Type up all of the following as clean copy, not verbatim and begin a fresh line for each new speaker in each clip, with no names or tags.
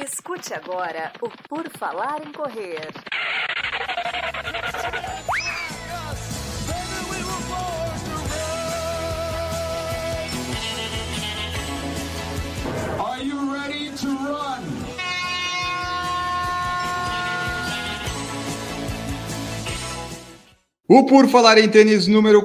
Escute agora o Por Falar em Correr.
Are you ready to run?
O Por Falar em Tênis número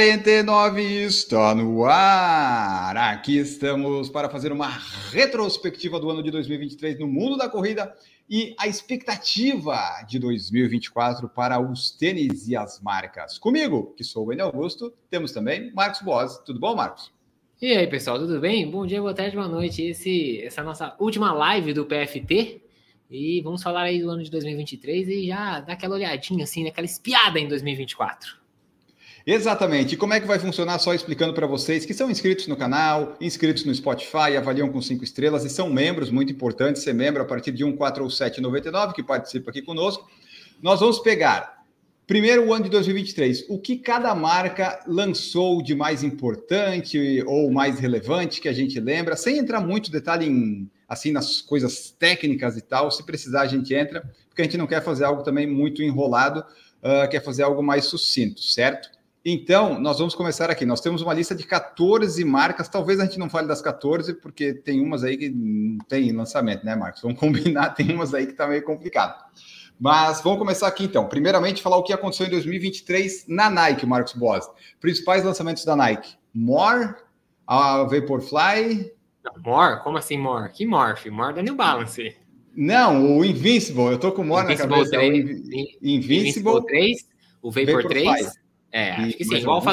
49 está no ar. Aqui estamos para fazer uma retrospectiva do ano de 2023 no mundo da corrida e a expectativa de 2024 para os tênis e as marcas. Comigo, que sou o Enio Augusto, temos também Marcos Boas. Tudo bom, Marcos?
E aí, pessoal, tudo bem? Bom dia, boa tarde, boa noite. Essa é a nossa última live do PFT. E vamos falar aí do ano de 2023 e já dar aquela olhadinha, assim, né? Aquela espiada em 2024.
Exatamente. E como é que vai funcionar? Só explicando para vocês que são inscritos no canal, inscritos no Spotify, avaliam com 5 estrelas e são membros, muito importante ser membro a partir de 1,4 ou 7,99, que participa aqui conosco. Nós vamos pegar primeiro o ano de 2023, o que cada marca lançou de mais importante ou mais relevante que a gente lembra, sem entrar muito detalhe em, assim, nas coisas técnicas e tal. Se precisar a gente entra, porque a gente não quer fazer algo também muito enrolado, quer fazer algo mais sucinto, certo? Então, nós vamos começar aqui. Nós temos uma lista de 14 marcas, talvez a gente não fale das 14, porque tem umas aí que não tem lançamento, né, Marcos? Vamos combinar, tem umas aí que tá meio complicado. Mas vamos começar aqui, então. Primeiramente, falar o que aconteceu em 2023 na Nike, Marcos Boas. Principais lançamentos da Nike. More, a Vaporfly...
More? Como assim More? Que More, filho? More da New Balance.
Não, o Invincible. Eu tô com o More na cabeça.
3, Invincible 3, o Vapor 3. Acho que sim. O Alpha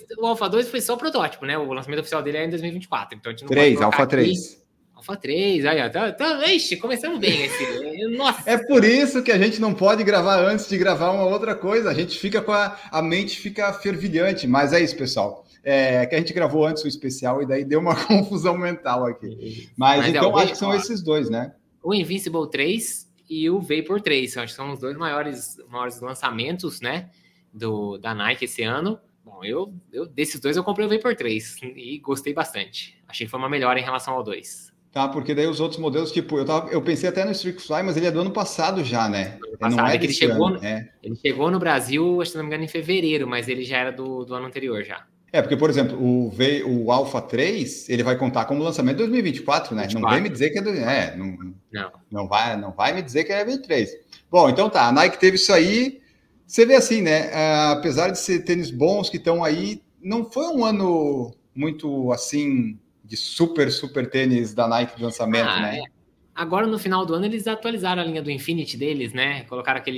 2 foi só o protótipo, né? O lançamento oficial dele é em 2024. Então a gente não
3, Alpha 3.
Alpha 3, aí, ó. Ixi, começamos bem esse. Nossa.
É por isso que a gente não pode gravar antes de gravar uma outra coisa. A gente fica com a mente fica fervilhante. Mas é isso, pessoal. É que a gente gravou antes o especial e daí deu uma confusão mental aqui. Mas então acho que são esses dois, né?
O Invincible 3 e o Vapor 3. Acho que são os dois maiores lançamentos, né? Da Nike esse ano. Bom, eu desses dois eu comprei o Vapor 3 e gostei bastante. Achei que foi uma melhora em relação ao 2.
Tá, porque daí os outros modelos, tipo, eu pensei até no Streak Fly, mas ele é do ano passado já, né?
Não é que ele chegou no Brasil, se não me engano, em fevereiro, mas ele já era do ano anterior já.
É, porque, por exemplo, o Alpha 3, ele vai contar como lançamento 2024, né? 24. Não vem me dizer que é não vai me dizer que é 23. Bom, então tá, a Nike teve isso aí. Você vê assim, né? Apesar de ser tênis bons que estão aí, não foi um ano muito, assim, de super tênis da Nike de lançamento, né?
É. Agora, no final do ano, eles atualizaram a linha do Infinity deles, né? Colocaram aquele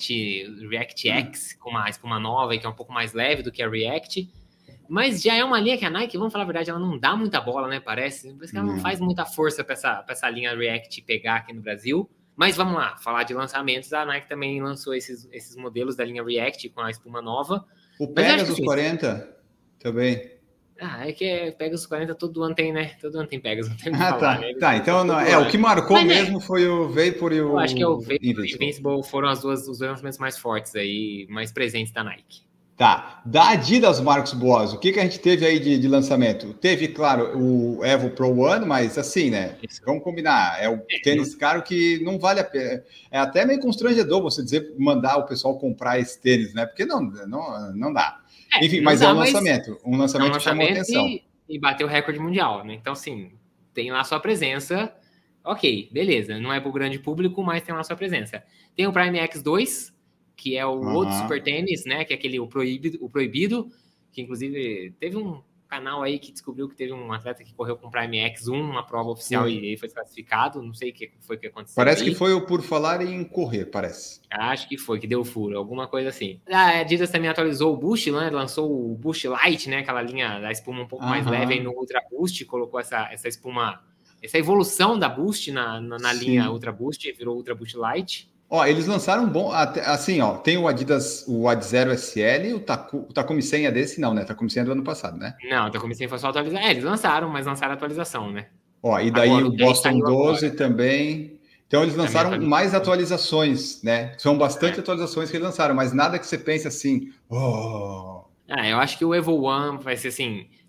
React X com uma espuma nova, que é um pouco mais leve do que a React. Mas já é uma linha que a Nike, vamos falar a verdade, ela não dá muita bola, né? Parece. Por isso que ela não faz muita força para essa linha React pegar aqui no Brasil. Mas vamos lá, falar de lançamentos. A Nike também lançou esses modelos da linha React com a espuma nova.
O Pegasus 40 também.
É que Pegasus 40 todo ano tem, né? Todo ano tem Pegasus, não tem o que falar, né?
Tá, então o que marcou mesmo foi o Vapor e o...
Eu acho que o Vapor e o Invincible foram os dois lançamentos mais fortes aí, mais presentes da Nike.
Tá, da Adidas, Marcos Boas, o que a gente teve aí de lançamento? Teve, claro, o Evo Pro One, mas assim, né? Isso. Vamos combinar, é o tênis caro que não vale a pena. É até meio constrangedor você mandar o pessoal comprar esse tênis, né? Porque não dá. Enfim, mas é um lançamento que chamou atenção.
E bateu o recorde mundial, né? Então, assim, tem lá sua presença. Ok, beleza, não é para o grande público, mas tem lá sua presença. Tem o Prime X2, que é o outro super tênis, né? Que é aquele o proibido, que inclusive teve um canal aí que descobriu que teve um atleta que correu com o Prime X1, uma prova oficial, e ele foi desclassificado. Não sei o que foi que aconteceu.
Parece que foi o Por Falar em Correr, parece.
Acho que foi, que deu furo, alguma coisa assim. A Adidas também atualizou o Boost, né? Lançou o Boost Light, né? Aquela linha da espuma um pouco mais leve aí no Ultra Boost, colocou essa espuma, essa evolução da Boost na linha Ultra Boost, virou Ultra Boost Light.
Ó, eles lançaram um bom, assim, ó, tem o Adidas, o Ad Zero SL, o Takumi 100 é desse, não, né? Takumi 100 é do ano passado, né?
Não, o Takumi 100 foi só atualizar. Eles lançaram, mas lançaram a atualização, né?
Ó, e daí agora, o Boston 12 agora. Também. Então eles lançaram mais atualizações, né? São bastante atualizações que eles lançaram, mas nada que você pense assim,
eu acho que o Evo One vai ser assim,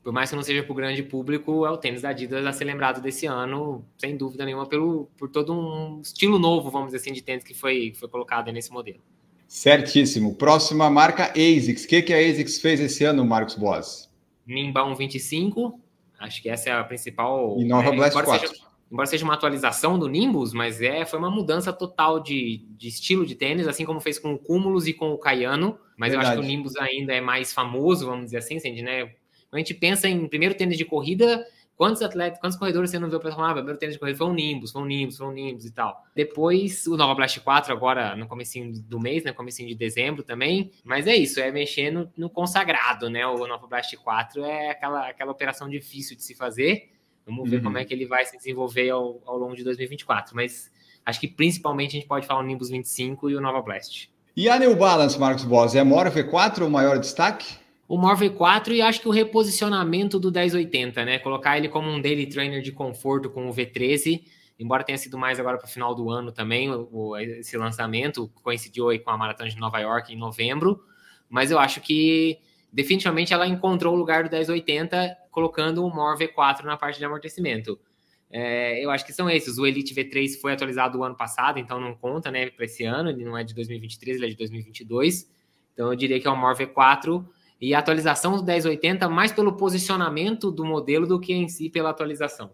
por mais que não seja para o grande público, é o tênis da Adidas a ser lembrado desse ano, sem dúvida nenhuma, por todo um estilo novo, vamos dizer assim, de tênis que foi colocado nesse modelo.
Certíssimo. Próxima marca, ASICS. O que a ASICS fez esse ano, Marcos Boas?
Nimbal 25, acho que essa é a principal...
E Nova Blast 4.
Embora seja uma atualização do Nimbus, mas foi uma mudança total de estilo de tênis, assim como fez com o Cumulus e com o Cayano, mas eu acho que o Nimbus ainda é mais famoso, vamos dizer assim, né? Quando a gente pensa em primeiro tênis de corrida, quantos corredores você não viu para falar, primeiro tênis de corrida foi um Nimbus e tal. Depois o Nova Blast 4 agora no comecinho do mês, né, comecinho de dezembro também, mas é isso, é mexer no consagrado, né? O Nova Blast 4 é aquela operação difícil de se fazer. Vamos ver como é que ele vai se desenvolver ao longo de 2024. Mas acho que principalmente a gente pode falar o Nimbus 25 e o Nova Blast.
E a New Balance, Marcos Boas, é a More V4 o maior destaque?
O More V4 e acho que o reposicionamento do 1080, né? Colocar ele como um daily trainer de conforto com o V13, embora tenha sido mais agora para o final do ano também, esse lançamento coincidiu aí com a Maratona de Nova York em novembro, mas eu acho que definitivamente ela encontrou o lugar do 1080 colocando o More V4 na parte de amortecimento. Eu acho que são esses. O Elite V3 foi atualizado o ano passado, então não conta, né, para esse ano. Ele não é de 2023, ele é de 2022. Então eu diria que é o More V4 e a atualização do 1080 mais pelo posicionamento do modelo do que em si pela atualização.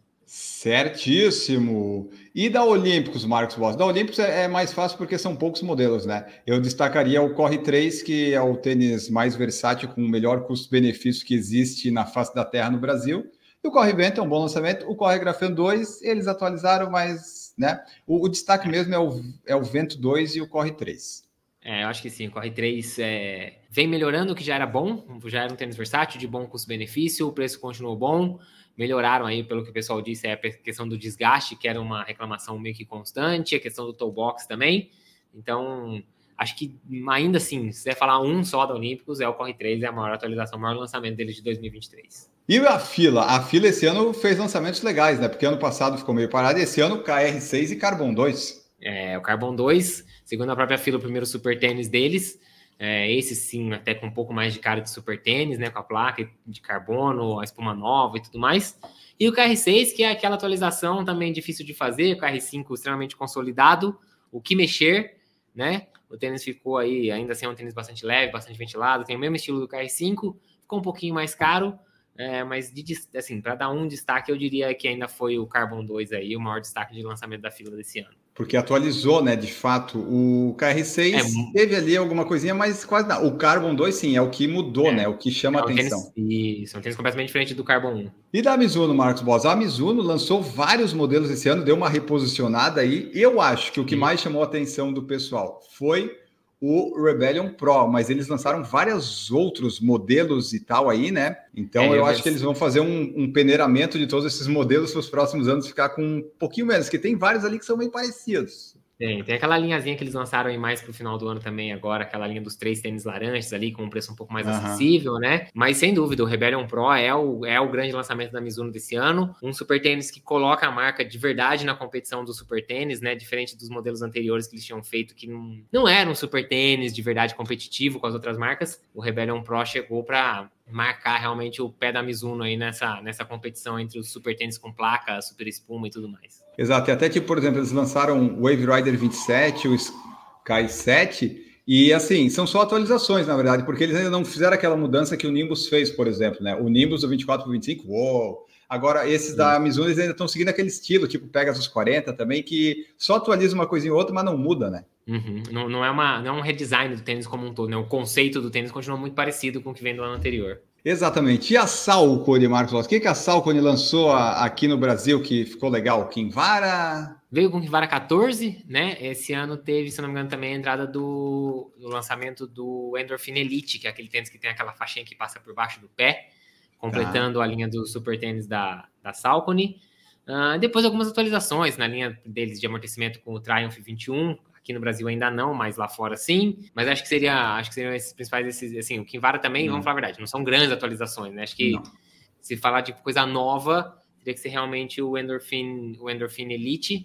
Certíssimo. E da Olímpicos, Marcos Boas? Da Olímpicos é mais fácil porque são poucos modelos, né? Eu destacaria o Corre 3, que é o tênis mais versátil com o melhor custo-benefício que existe na face da terra no Brasil. E o Corre Vento é um bom lançamento. O Corre Grafeno 2, eles atualizaram, mas né, o destaque mesmo é o Vento 2 e o Corre 3.
Eu acho que sim, o Corre 3 vem melhorando, o que já era bom, já era um tênis versátil, de bom custo-benefício, o preço continuou bom. Melhoraram aí, pelo que o pessoal disse, a questão do desgaste, que era uma reclamação meio que constante, a questão do toe box também. Então, acho que ainda assim, se você falar um só da Olímpicos, é o Corre 3, é a maior atualização, o maior lançamento deles de 2023.
E a fila? A fila esse ano fez lançamentos legais, né? Porque ano passado ficou meio parado, e esse ano KR6 e Carbon 2.
O Carbon 2, segundo a própria fila, o primeiro super tênis deles. Esse sim, até com um pouco mais de cara de super tênis, né? Com a placa de carbono, a espuma nova e tudo mais. E o KR6, que é aquela atualização também difícil de fazer, o KR5 extremamente consolidado, o que mexer, né? O tênis ficou aí, ainda assim, é um tênis bastante leve, bastante ventilado, tem o mesmo estilo do KR5, ficou um pouquinho mais caro, mas assim, para dar um destaque, eu diria que ainda foi o Carbon 2 aí, o maior destaque de lançamento da fila desse ano.
Porque atualizou, né, de fato, o KR6 teve ali alguma coisinha, mas quase nada. O Carbon 2, sim, é o que mudou, né, o que chama a atenção.
Isso, é um tênis completamente diferente do Carbon 1.
E da Mizuno, Marcos Boas? A Mizuno lançou vários modelos esse ano, deu uma reposicionada aí. Eu acho que o que mais chamou a atenção do pessoal foi o Rebellion Pro, mas eles lançaram vários outros modelos e tal aí, né? Então eu acho que eles vão fazer um peneiramento de todos esses modelos para os próximos anos ficar com um pouquinho menos, que tem vários ali que são bem parecidos.
Tem aquela linhazinha que eles lançaram aí mais pro final do ano também agora, aquela linha dos 3 tênis laranjas ali, com um preço um pouco mais acessível, né? Mas sem dúvida, o Rebellion Pro é o grande lançamento da Mizuno desse ano. Um super tênis que coloca a marca de verdade na competição do super tênis, né? Diferente dos modelos anteriores que eles tinham feito, que não era um super tênis de verdade competitivo com as outras marcas. O Rebellion Pro chegou para marcar realmente o pé da Mizuno aí nessa competição entre os super tênis com placa, super espuma e tudo mais.
Exato, e até tipo, por exemplo, eles lançaram o Wave Rider 27, o Sky 7, e assim, são só atualizações, na verdade, porque eles ainda não fizeram aquela mudança que o Nimbus fez, por exemplo, né? O Nimbus do 24 para o 25, uou! Agora, esses da Mizuno, eles ainda estão seguindo aquele estilo, tipo Pegasus 40 também, que só atualiza uma coisinha ou outra, mas não muda, né?
Uhum. Não é um redesign do tênis como um todo, né? O conceito do tênis continua muito parecido com o que vem do ano anterior.
Exatamente. E a Salcone, Marcos? O que a Salcone lançou aqui no Brasil que ficou legal? Kinvara?
Veio com o Kinvara 14, né? Esse ano teve, se não me engano, também a entrada do lançamento do Endorphin Elite, que é aquele tênis que tem aquela faixinha que passa por baixo do pé, completando a linha do super tênis da Salcone. Depois algumas atualizações na linha deles de amortecimento com o Triumph 21. Aqui no Brasil ainda não, mas lá fora sim. Mas acho que seriam esses principais, assim, o Kinvara também, vamos falar a verdade, não são grandes atualizações, né? Acho que se falar de coisa nova, teria que ser realmente o Endorphin Elite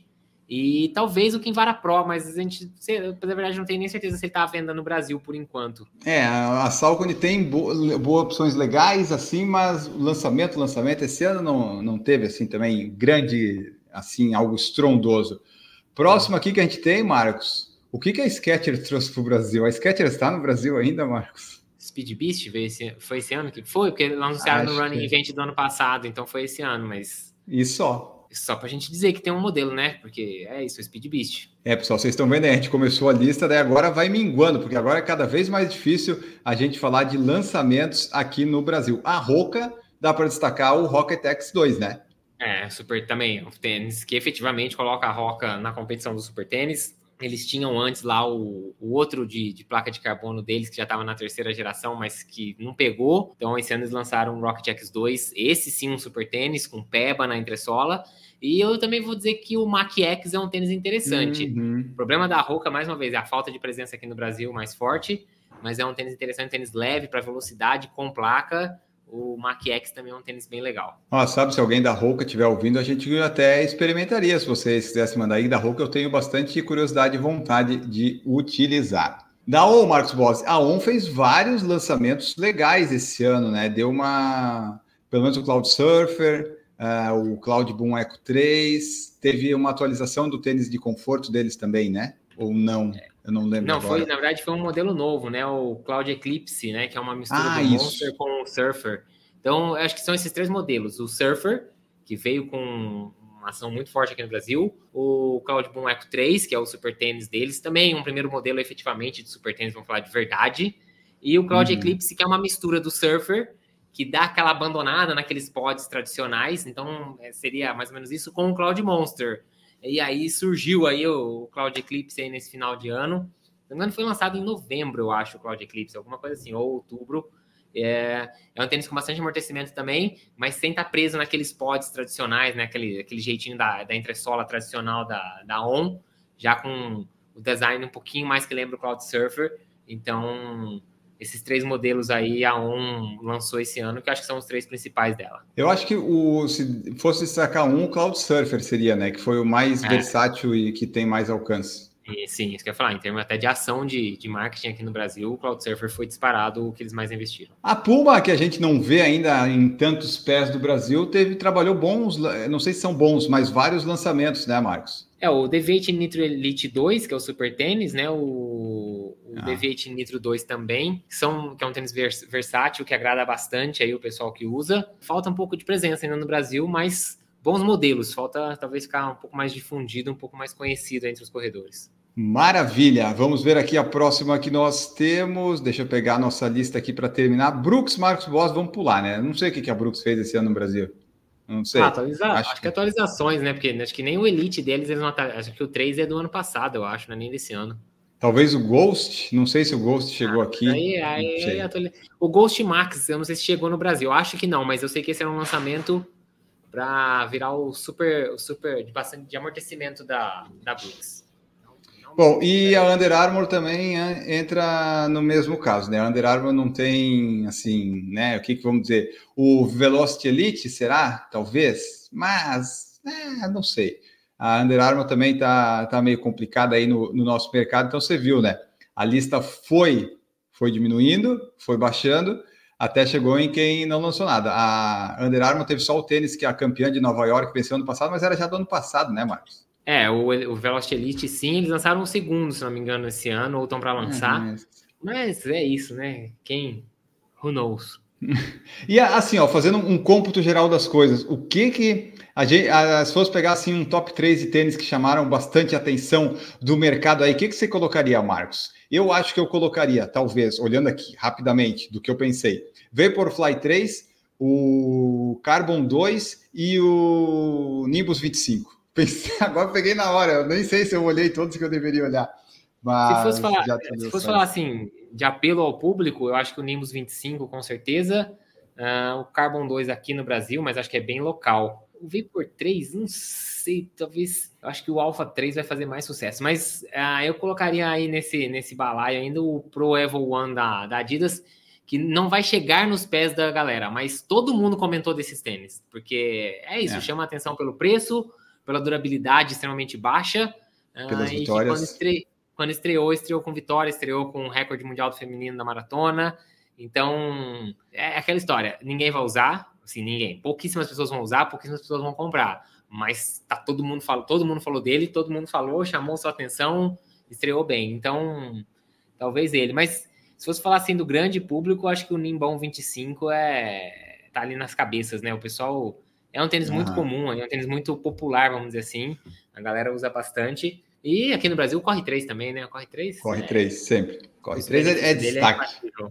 E talvez o Kinvara Pro, mas a gente, na verdade, não tem nem certeza se ele está à venda no Brasil por enquanto.
A Saucony tem boas opções legais, assim, mas o lançamento esse ano não teve, assim, também grande, assim, algo estrondoso. Próximo aqui que a gente tem, Marcos, o que a Skechers trouxe para o Brasil? A Skechers está no Brasil ainda, Marcos?
Speed Beast foi esse ano que foi? Porque eles anunciaram no Running Event do ano passado, então foi esse ano, mas...
E só
pra gente dizer que tem um modelo, né? Porque é isso, o Speed Beast.
Pessoal, vocês estão vendo aí, a gente começou a lista, daí agora vai minguando, porque agora é cada vez mais difícil a gente falar de lançamentos aqui no Brasil. A Hoka, dá para destacar o Rocket X2, né?
Super também, um tênis que efetivamente coloca a Hoka na competição do Super Tênis. Eles tinham antes lá o outro de placa de carbono deles, que já estava na terceira geração, mas que não pegou. Então, esse ano eles lançaram o Rocket X2. Esse sim, um super tênis, com peba na entressola. E eu também vou dizer que o Mach X é um tênis interessante. O problema da Hoka, mais uma vez, é a falta de presença aqui no Brasil mais forte. Mas é um tênis interessante, um tênis leve para velocidade, com placa. O Mach X também é um tênis bem legal.
Sabe, se alguém da Hoka estiver ouvindo, a gente até experimentaria. Se vocês quisessem mandar aí da Hoka, eu tenho bastante curiosidade e vontade de utilizar. Da ON, Marcos Bosi, a ON fez vários lançamentos legais esse ano, né? Deu pelo menos o Cloud Surfer, o Cloud Boom Echo 3, teve uma atualização do tênis de conforto deles também, né? Ou não? Eu não lembro agora.
Na verdade, foi um modelo novo, né? O Cloud Eclipse, né? Que é uma mistura do Monster com o Surfer. Então, eu acho que são esses 3 modelos. O Surfer, que veio com uma ação muito forte aqui no Brasil. O Cloud Boom Echo 3, que é o super tênis deles. Também um primeiro modelo, efetivamente, de super tênis, vamos falar de verdade. E o Cloud Eclipse, que é uma mistura do Surfer, que dá aquela abandonada naqueles pods tradicionais. Então, seria mais ou menos isso com o Cloud Monster. E aí surgiu aí o Cloud Eclipse aí nesse final de ano. Se não me engano, foi lançado em novembro, eu acho, o Cloud Eclipse, alguma coisa assim, ou outubro. É um tênis com bastante amortecimento também, mas sem estar preso naqueles pods tradicionais, né? Aquele jeitinho da entressola tradicional da ON, já com o design um pouquinho mais que lembra o Cloud Surfer. Então, esses 3 modelos aí a ON lançou esse ano, que eu acho que são os 3 principais dela.
Eu acho que se fosse destacar o Cloud Surfer seria, né? Que foi o mais versátil e que tem mais alcance.
Sim, isso que eu ia falar. Em termos até de ação de marketing aqui no Brasil, o Cloud Surfer foi disparado o que eles mais investiram.
A Puma, que a gente não vê ainda em tantos pés do Brasil, trabalhou bons, não sei se são bons, mas vários lançamentos, né, Marcos?
O Deviate Nitro Elite 2, que é o super tênis, né? O Deviate Nitro 2 também, que é um tênis versátil, que agrada bastante aí o pessoal que usa. Falta um pouco de presença ainda no Brasil, mas bons modelos. Falta talvez ficar um pouco mais difundido, um pouco mais conhecido entre os corredores.
Maravilha! Vamos ver aqui a próxima que nós temos. Deixa eu pegar a nossa lista aqui para terminar. Brooks, Marcos Boss, vamos pular, né? Não sei o que a Brooks fez esse ano no Brasil. Não sei.
Acho que atualizações, né? Porque acho que nem o Elite deles, eles não acho que o 3 é do ano passado, eu acho, não é nem desse ano.
Talvez o Ghost, não sei se o Ghost chegou aqui.
O Ghost Max, eu não sei se chegou no Brasil, acho que não, mas eu sei que esse era um lançamento para virar o super de amortecimento da Brooks.
Bom, e a Under Armour também entra no mesmo caso, né? A Under Armour não tem, assim, né? O que vamos dizer? O Velocity Elite, será? Talvez, mas não sei. A Under Armour também tá meio complicada aí no nosso mercado, então você viu, né? A lista foi diminuindo, foi baixando, até chegou em quem não lançou nada. A Under Armour teve só o tênis que a campeã de Nova York venceu ano passado, mas era já do ano passado, né, Marcos?
O Velocity Elite, sim, eles lançaram um segundo, se não me engano, esse ano, ou estão para lançar. Mas é isso, né? Who knows?
E assim, fazendo um cômputo geral das coisas, o que se fosse pegar assim, um top 3 de tênis que chamaram bastante atenção do mercado aí, o que você colocaria, Marcos? Eu acho que eu colocaria, talvez, olhando aqui rapidamente do que eu pensei, Vaporfly 3, o Carbon 2 e o Nimbus 25. Agora peguei na hora, eu nem sei se eu olhei todos que eu deveria olhar. Mas
se fosse falar assim, de apelo ao público, eu acho que o Nimbus 25, com certeza, o Carbon 2 aqui no Brasil, mas acho que é bem local. O Vapor 3, não sei, talvez, eu acho que o Alpha 3 vai fazer mais sucesso, mas eu colocaria aí nesse balaio ainda o Pro Evo One da Adidas, que não vai chegar nos pés da galera, mas todo mundo comentou desses tênis, porque é isso, chama a atenção pelo preço, pela durabilidade extremamente baixa.
Pelas
E
vitórias.
quando estreou com vitória, estreou com o recorde mundial do feminino da maratona. Então, é aquela história. Ninguém vai usar, assim, ninguém. Pouquíssimas pessoas vão usar, pouquíssimas pessoas vão comprar. Mas todo mundo falou dele, todo mundo falou, chamou sua atenção, estreou bem. Então, talvez ele. Mas se fosse falar assim do grande público, acho que o Nimbom 25 tá ali nas cabeças, né? O pessoal é um tênis muito comum, é um tênis muito popular, vamos dizer assim. A galera usa bastante. E aqui no Brasil, Corre 3 também, né? Corre 3
sempre. Corre 3 é destaque.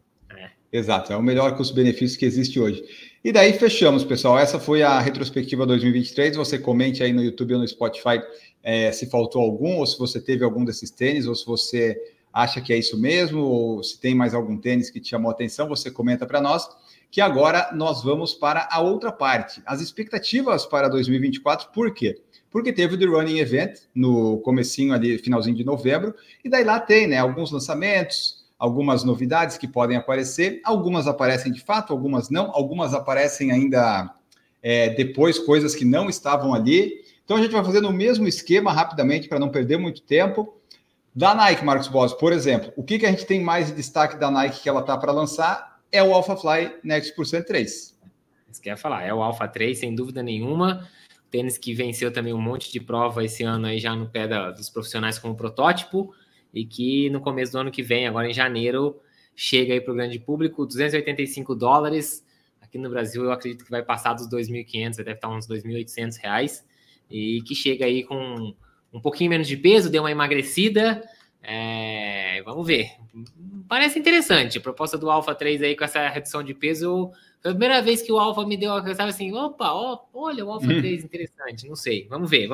Exato, é o melhor custo-benefício que existe hoje. E daí fechamos, pessoal. Essa foi a retrospectiva 2023. Você comente aí no YouTube ou no Spotify se faltou algum, ou se você teve algum desses tênis, ou se você acha que é isso mesmo, ou se tem mais algum tênis que te chamou a atenção, você comenta para nós, que agora nós vamos para a outra parte. As expectativas para 2024, por quê? Porque teve o The Running Event no comecinho ali, finalzinho de novembro, e daí lá tem, né, alguns lançamentos, algumas novidades que podem aparecer, algumas aparecem de fato, algumas não, algumas aparecem ainda depois, coisas que não estavam ali. Então a gente vai fazendo o mesmo esquema rapidamente para não perder muito tempo. Da Nike, Marcos Bosi, por exemplo, o que a gente tem mais de destaque da Nike que ela está para lançar é o Alpha Fly Next% 3.
Isso que eu ia falar, é o Alpha 3, sem dúvida nenhuma. Tênis que venceu também um monte de prova esse ano aí já no pé dos profissionais como protótipo, e que no começo do ano que vem, agora em janeiro, chega aí para o grande público, $285. Aqui no Brasil eu acredito que vai passar dos 2.500, deve estar uns R$2.800, e que chega aí com um pouquinho menos de peso, deu uma emagrecida, vamos ver. Parece interessante, a proposta do Alpha 3 aí com essa redução de peso. Foi a primeira vez que o Alpha me deu, eu estava assim, olha o Alpha 3, interessante, não sei, vamos ver.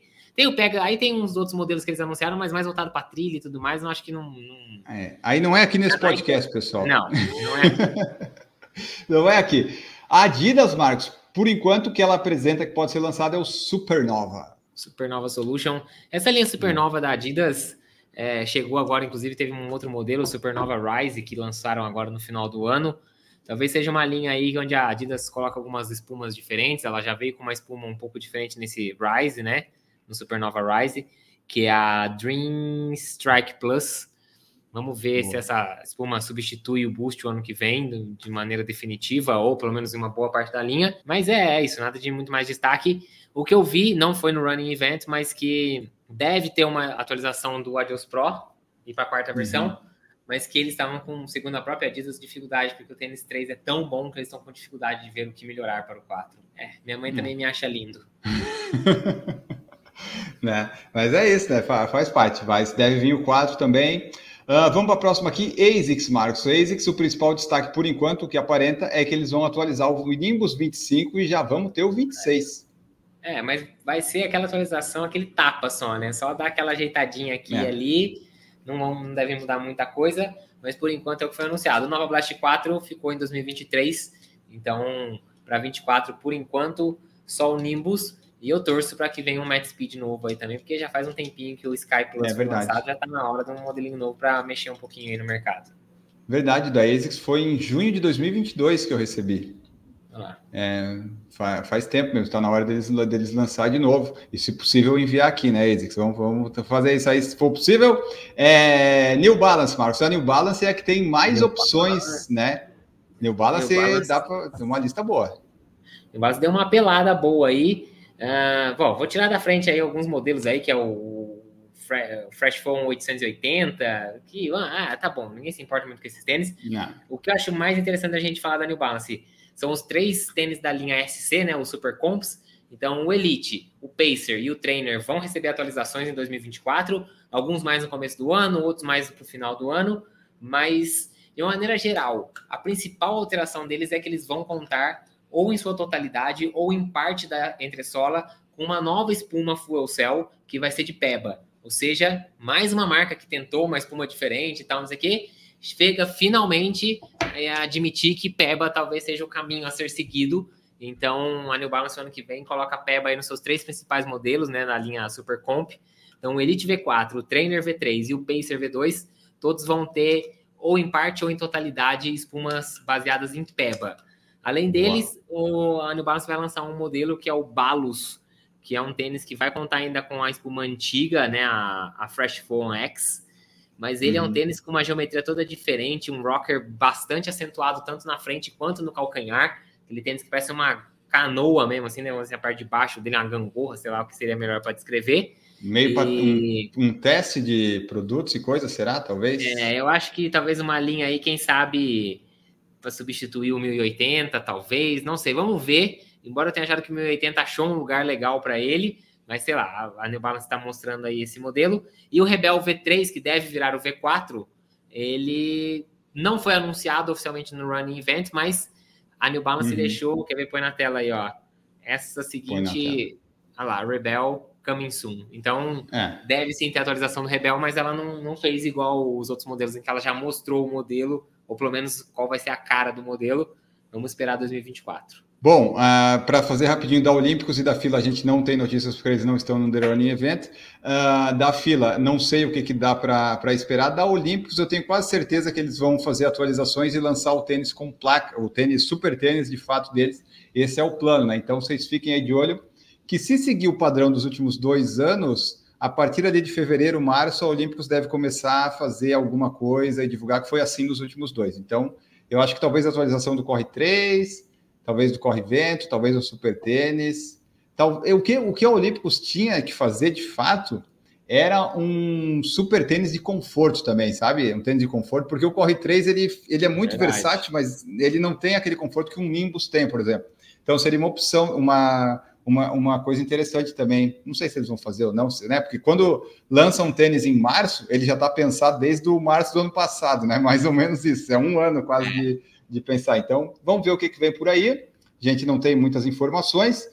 Aí tem uns outros modelos que eles anunciaram, mas mais voltado para trilha e tudo mais, eu acho que não...
Aí não é aqui nesse podcast, pessoal.
Não é aqui.
Não é aqui. A Adidas, Marcos, por enquanto, o que ela apresenta que pode ser lançado é o Supernova.
Supernova Solution. Essa linha Supernova da Adidas chegou agora, inclusive teve um outro modelo, o Supernova Rise, que lançaram agora no final do ano. Talvez seja uma linha aí onde a Adidas coloca algumas espumas diferentes. Ela já veio com uma espuma um pouco diferente nesse Rise, né? No Supernova Rise, que é a Dream Strike Plus. Vamos ver se essa espuma substitui o Boost o ano que vem, de maneira definitiva, ou pelo menos em uma boa parte da linha. Mas é isso, nada de muito mais destaque. O que eu vi, não foi no Running Event, mas que deve ter uma atualização do Adios Pro, e para a quarta versão, mas que eles estavam com, segundo a própria Adidas, dificuldade, porque o tênis 3 é tão bom que eles estão com dificuldade de ver o que melhorar para o 4. Minha mãe também me acha lindo.
Né? Mas é isso, né? Faz parte. Deve vir o 4 também. Vamos para a próxima aqui, ASICS, Marcos. O ASICS, o principal destaque por enquanto, o que aparenta é que eles vão atualizar o Nimbus 25 e já vamos ter o 26.
Mas vai ser aquela atualização, aquele tapa só, né? Só dar aquela ajeitadinha aqui e ali. Não deve mudar muita coisa, mas por enquanto é o que foi anunciado. O Nova Blast 4 ficou em 2023, então para 24, por enquanto, só o Nimbus. E eu torço para que venha um Max Speed novo aí também, porque já faz um tempinho que o Sky Plus foi lançado, já está na hora de um modelinho novo para mexer um pouquinho aí no mercado.
Verdade, da ASICS foi em junho de 2022 que eu recebi. Faz tempo mesmo, está na hora deles lançar de novo. E se possível, enviar aqui, né, ASICS? Vamos fazer isso aí, se for possível. New Balance, Marcos. A New Balance é a que tem mais opções, né? New Balance dá para ter uma lista boa.
New Balance deu uma pelada boa aí. Vou tirar da frente aí alguns modelos aí, que é o Fresh Foam 880, que tá bom, ninguém se importa muito com esses tênis.
Não.
O que eu acho mais interessante da gente falar da New Balance são os 3 tênis da linha SC, né, o Super Comps. Então o Elite, o Pacer e o Trainer vão receber atualizações em 2024, alguns mais no começo do ano, outros mais pro final do ano, mas de uma maneira geral, a principal alteração deles é que eles vão contar ou em sua totalidade, ou em parte da entressola, com uma nova espuma Fuel Cell, que vai ser de PEBA. Ou seja, mais uma marca que tentou uma espuma diferente e tal, não sei o quê, chega finalmente a admitir que PEBA talvez seja o caminho a ser seguido. Então, a New Balance, no ano que vem, coloca a PEBA aí nos seus 3 principais modelos, né, na linha Super Comp. Então, o Elite V4, o Trainer V3 e o Pacer V2, todos vão ter, ou em parte ou em totalidade, espumas baseadas em PEBA. Além deles, a New Balance vai lançar um modelo que é o Balus, que é um tênis que vai contar ainda com a espuma antiga, né, a Fresh Foam X, mas ele é um tênis com uma geometria toda diferente, um rocker bastante acentuado tanto na frente quanto no calcanhar, aquele tênis que parece uma canoa mesmo, assim, né, a parte de baixo dele é uma gangorra, sei lá o que seria melhor para descrever.
Meio para um teste de produtos e coisas, será? Talvez?
Eu acho que talvez uma linha aí, quem sabe, para substituir o 1080, talvez, não sei, vamos ver. Embora eu tenha achado que o 1080 achou um lugar legal para ele, mas sei lá, a New Balance está mostrando aí esse modelo. E o Rebel V3, que deve virar o V4, ele não foi anunciado oficialmente no Running Event, mas a New Balance deixou, quer ver, põe na tela aí, ó, essa seguinte, olha lá, Rebel coming soon. Então, deve sim ter atualização do Rebel, mas ela não fez igual os outros modelos, em que ela já mostrou o modelo, ou pelo menos qual vai ser a cara do modelo. Vamos esperar 2024.
Bom, para fazer rapidinho da Olímpicos e da Fila, a gente não tem notícias porque eles não estão no The Running Event. Da Fila, não sei o que dá para esperar. Da Olímpicos, eu tenho quase certeza que eles vão fazer atualizações e lançar o tênis com placa, o tênis, super tênis de fato deles. Esse é o plano, né? Então, vocês fiquem aí de olho, que se seguir o padrão dos últimos 2 anos, a partir ali de fevereiro, março, a Olímpicos deve começar a fazer alguma coisa e divulgar, que foi assim nos últimos 2. Então, eu acho que talvez a atualização do Corre 3... talvez do corre-vento, talvez do super tênis. O que a Olímpicos tinha que fazer, de fato, era um super tênis de conforto também, sabe? Um tênis de conforto, porque o Corre 3, ele é muito versátil, mas ele não tem aquele conforto que um Nimbus tem, por exemplo. Então, seria uma opção, uma coisa interessante também. Não sei se eles vão fazer ou não, né? Porque quando lançam um tênis em março, ele já está pensado desde o março do ano passado, né? Mais ou menos isso. É um ano quase de pensar. Então, vamos ver o que vem por aí. A gente não tem muitas informações.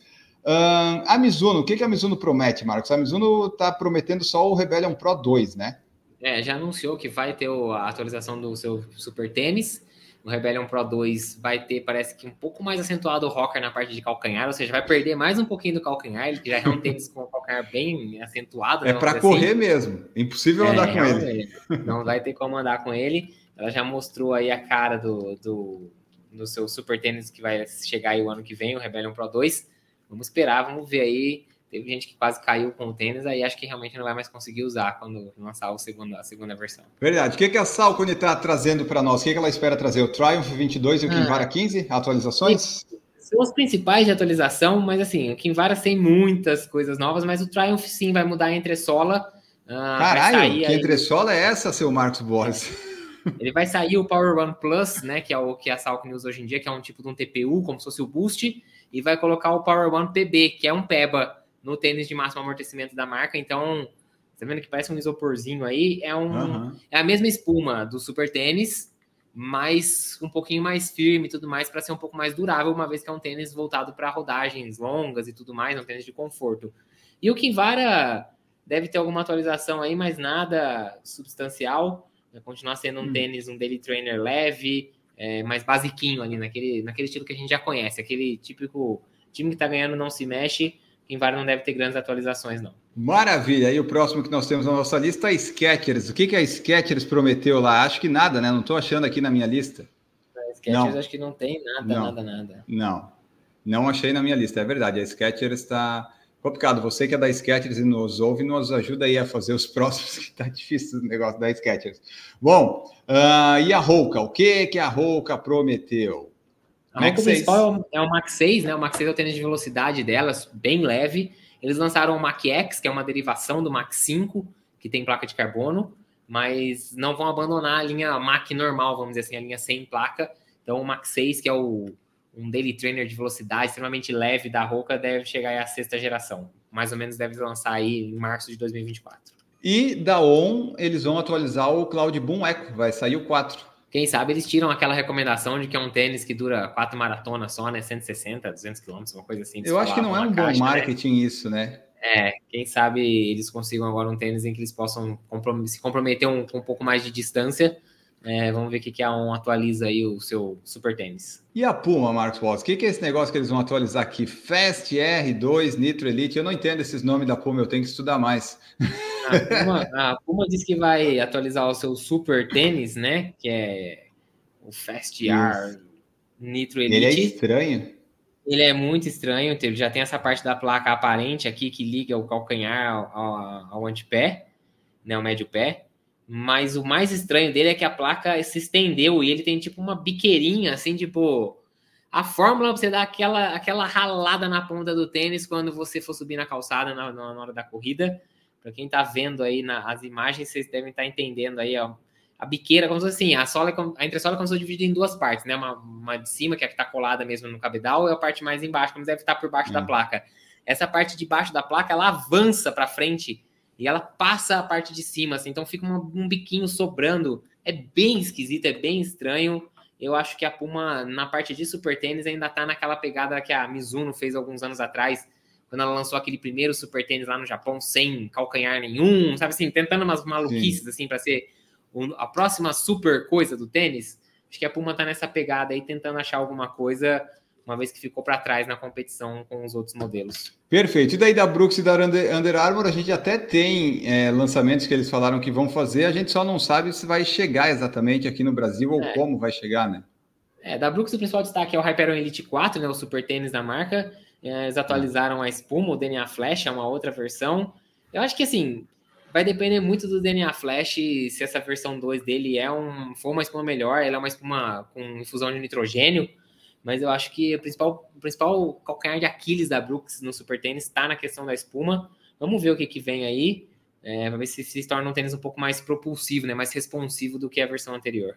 A Mizuno, o que a Mizuno promete, Marcos? A Mizuno está prometendo só o Rebellion Pro 2, né?
Já anunciou que vai ter a atualização do seu super tênis. O Rebellion Pro 2 vai ter, parece que um pouco mais acentuado o rocker na parte de calcanhar, ou seja, vai perder mais um pouquinho do calcanhar, ele já é um tênis com o calcanhar bem acentuado.
É para correr assim mesmo, impossível andar com ele.
Não vai ter como andar com ele. Ela já mostrou aí a cara do seu super tênis que vai chegar aí o ano que vem, o Rebellion Pro 2. Vamos esperar, vamos ver aí. Teve gente que quase caiu com o tênis, aí acho que realmente não vai mais conseguir usar quando lançar a segunda versão.
Verdade. O que a Salcone está trazendo para nós? O que ela espera trazer? O Triumph 22 e o Kinvara 15? Atualizações?
São os principais de atualização, mas assim, o Kinvara tem muitas coisas novas, mas o Triumph sim vai mudar a entressola.
Caralho, que entressola é essa, seu Marcos Borges?
Ele vai sair o Power One Plus, né, que é o que a Salcone usa hoje em dia, que é um tipo de um TPU, como se fosse o Boost, e vai colocar o Power One PB, que é um PEBA no tênis de máximo amortecimento da marca. Então, tá vendo que parece um isoporzinho aí? É a mesma espuma do super tênis, mas um pouquinho mais firme e tudo mais, para ser um pouco mais durável, uma vez que é um tênis voltado para rodagens longas e tudo mais, um tênis de conforto. E o Kinvara deve ter alguma atualização aí, mas nada substancial. Vai continuar sendo um tênis, um daily trainer leve, mais basiquinho ali, naquele estilo que a gente já conhece, aquele típico time que tá ganhando não se mexe. Kinvara não deve ter grandes atualizações, não.
Maravilha. E o próximo que nós temos na nossa lista é a Skechers. O que a Skechers prometeu lá? Acho que nada, né? Não estou achando aqui na minha lista.
A Skechers acho que não tem nada.
Não achei na minha lista, é verdade. A Skechers está complicado. Você que é da Skechers e nos ouve, nos ajuda aí a fazer os próximos, que tá difícil o negócio da Skechers. Bom, e a Hoka? O que a Hoka prometeu?
A Hoka principal é o Max 6, né? O Max 6 é o tênis de velocidade delas, bem leve. Eles lançaram o Mach X, que é uma derivação do Max 5, que tem placa de carbono, mas não vão abandonar a linha Mach normal, vamos dizer assim, a linha sem placa. Então o Max 6, que é um daily trainer de velocidade extremamente leve da Hoka, deve chegar aí à 6ª geração. Mais ou menos deve lançar aí em março de 2024.
E da ON, eles vão atualizar o Cloud Boom Echo, vai sair o 4.
Quem sabe eles tiram aquela recomendação de que é um tênis que dura 4 maratonas só, né? 160, 200 km, uma coisa assim.
Eu acho que não é um bom marketing, né? Isso, né?
Quem sabe eles consigam agora um tênis em que eles possam se comprometer com um pouco mais de distância. Vamos ver o que a ON atualiza aí o seu super tênis.
E a Puma, Marcos Boss? O que é esse negócio que eles vão atualizar aqui? Fast R2, Nitro Elite? Eu não entendo esses nomes da Puma, eu tenho que estudar mais.
A Puma diz que vai atualizar o seu super tênis, né? Que é o Fast R Nitro Elite.
Ele é estranho.
Ele é muito estranho, ele já tem essa parte da placa aparente aqui que liga o calcanhar ao antepé, né, o médio pé. Mas o mais estranho dele é que a placa se estendeu e ele tem tipo uma biqueirinha, assim, tipo... A fórmula pra você dar aquela ralada na ponta do tênis quando você for subir na calçada na hora da corrida. Para quem tá vendo aí as imagens, vocês devem estar entendendo aí, ó. A biqueira, como se fosse assim, a entressola é como se fosse dividida em duas partes, né? Uma de cima, que é a que tá colada mesmo no cabedal, e a parte mais embaixo, como deve estar por baixo da placa. Essa parte de baixo da placa, ela avança para frente e ela passa a parte de cima, assim, então fica um biquinho sobrando. É bem esquisito, é bem estranho. Eu acho que a Puma, na parte de super tênis, ainda tá naquela pegada que a Mizuno fez alguns anos atrás, quando ela lançou aquele primeiro super tênis lá no Japão, sem calcanhar nenhum, sabe assim, tentando umas maluquices, assim, para ser a próxima super coisa do tênis. Acho que a Puma tá nessa pegada aí, tentando achar alguma coisa, uma vez que ficou para trás na competição com os outros modelos.
Perfeito. E daí da Brooks e da Under Armour, a gente até tem lançamentos que eles falaram que vão fazer, a gente só não sabe se vai chegar exatamente aqui no Brasil ou como vai chegar, né?
Da Brooks, o principal destaque é o Hyperion Elite 4, né, o super tênis da marca. Eles atualizaram a espuma, o DNA Flash, é uma outra versão. Eu acho que, assim, vai depender muito do DNA Flash, se essa versão 2 dele for uma espuma melhor, ela é uma espuma com infusão de nitrogênio, mas eu acho que o principal calcanhar de Aquiles da Brooks no super tênis está na questão da espuma. Vamos ver o que vem aí, para ver se torna um tênis um pouco mais propulsivo, né, mais responsivo do que a versão anterior.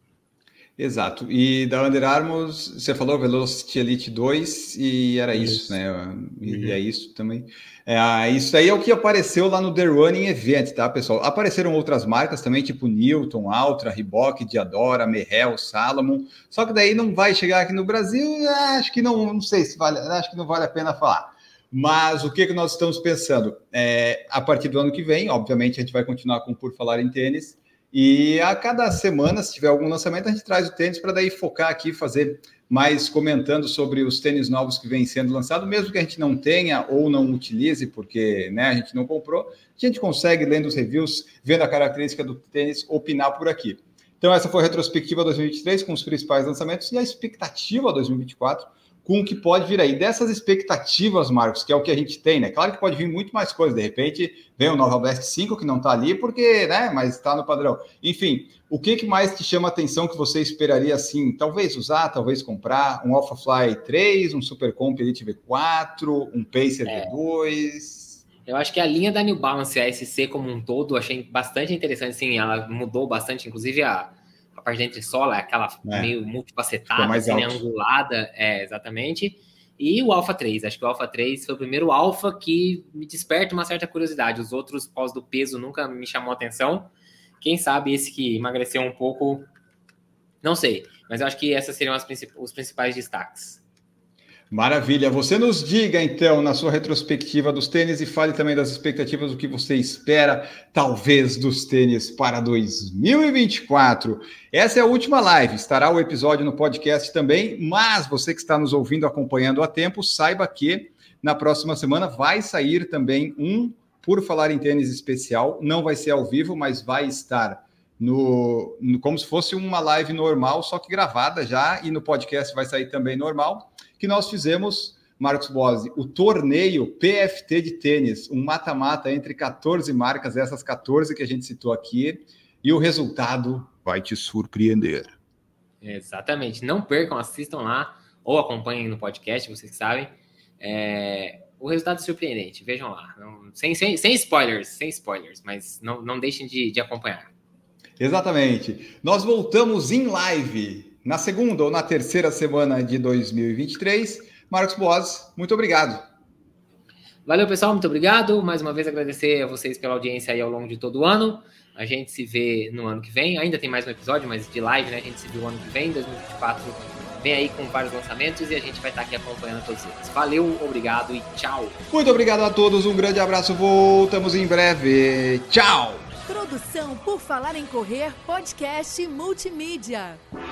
Exato. E da Under Armour, você falou Velocity Elite 2 e era isso, né? E é isso também. Isso aí é o que apareceu lá no The Running Event, tá, pessoal? Apareceram outras marcas também, tipo Newton, Altra, Reebok, Diadora, Merrell, Salomon. Só que daí não vai chegar aqui no Brasil, acho que não sei se vale, acho que não vale a pena falar. Mas o que nós estamos pensando? A partir do ano que vem, obviamente, a gente vai continuar com Por Falar em Tênis. E a cada semana, se tiver algum lançamento, a gente traz o tênis para daí focar aqui, fazer mais comentando sobre os tênis novos que vêm sendo lançados, mesmo que a gente não tenha ou não utilize, porque a gente não comprou, a gente consegue, lendo os reviews, vendo a característica do tênis, opinar por aqui. Então essa foi a retrospectiva 2023 com os principais lançamentos e a expectativa 2024 com o que pode vir aí. Dessas expectativas, Marcos, que é o que a gente tem, né? Claro que pode vir muito mais coisa. De repente, vem o Nova Blast 5, que não está ali, porque, né? Mas está no padrão. Enfim, o que mais te chama a atenção que você esperaria, assim, talvez usar, talvez comprar? Um AlphaFly 3, um Supercomp Elite V4, um Pacer V2...
Eu acho que a linha da New Balance, a SC como um todo, achei bastante interessante, assim, ela mudou bastante, inclusive a parte da entressola, aquela meio multifacetada, assim, angulada, exatamente. E o Alpha 3, acho que o Alpha 3 foi o primeiro Alpha que me desperta uma certa curiosidade. Os outros, pós do peso, nunca me chamou a atenção. Quem sabe esse que emagreceu um pouco, não sei. Mas eu acho que esses seriam os principais destaques.
Maravilha. Você nos diga, então, na sua retrospectiva dos tênis e fale também das expectativas do que você espera, talvez, dos tênis para 2024. Essa é a última live. Estará o episódio no podcast também, mas você que está nos ouvindo, acompanhando a tempo, saiba que na próxima semana vai sair também um Por Falar em Tênis especial. Não vai ser ao vivo, mas vai estar como se fosse uma live normal, só que gravada já, e no podcast vai sair também normal, que nós fizemos, Marcos Bozzi, o torneio PFT de tênis, um mata-mata entre 14 marcas, essas 14 que a gente citou aqui, e o resultado vai te surpreender.
Exatamente. Não percam, assistam lá, ou acompanhem no podcast, vocês que sabem. O resultado é surpreendente, vejam lá. Sem spoilers, mas não deixem de acompanhar.
Exatamente. Nós voltamos em live na segunda ou na terceira semana de 2023. Marcos Bozzi, muito obrigado.
Valeu, pessoal, muito obrigado. Mais uma vez agradecer a vocês pela audiência aí ao longo de todo o ano. A gente se vê no ano que vem. Ainda tem mais um episódio, mas de live, né? A gente se vê o ano que vem, 2024. Vem aí com vários lançamentos e a gente vai estar aqui acompanhando todos eles. Valeu, obrigado e tchau.
Muito obrigado a todos, um grande abraço. Voltamos em breve. Tchau.
Produção Por Falar em Correr, podcast multimídia.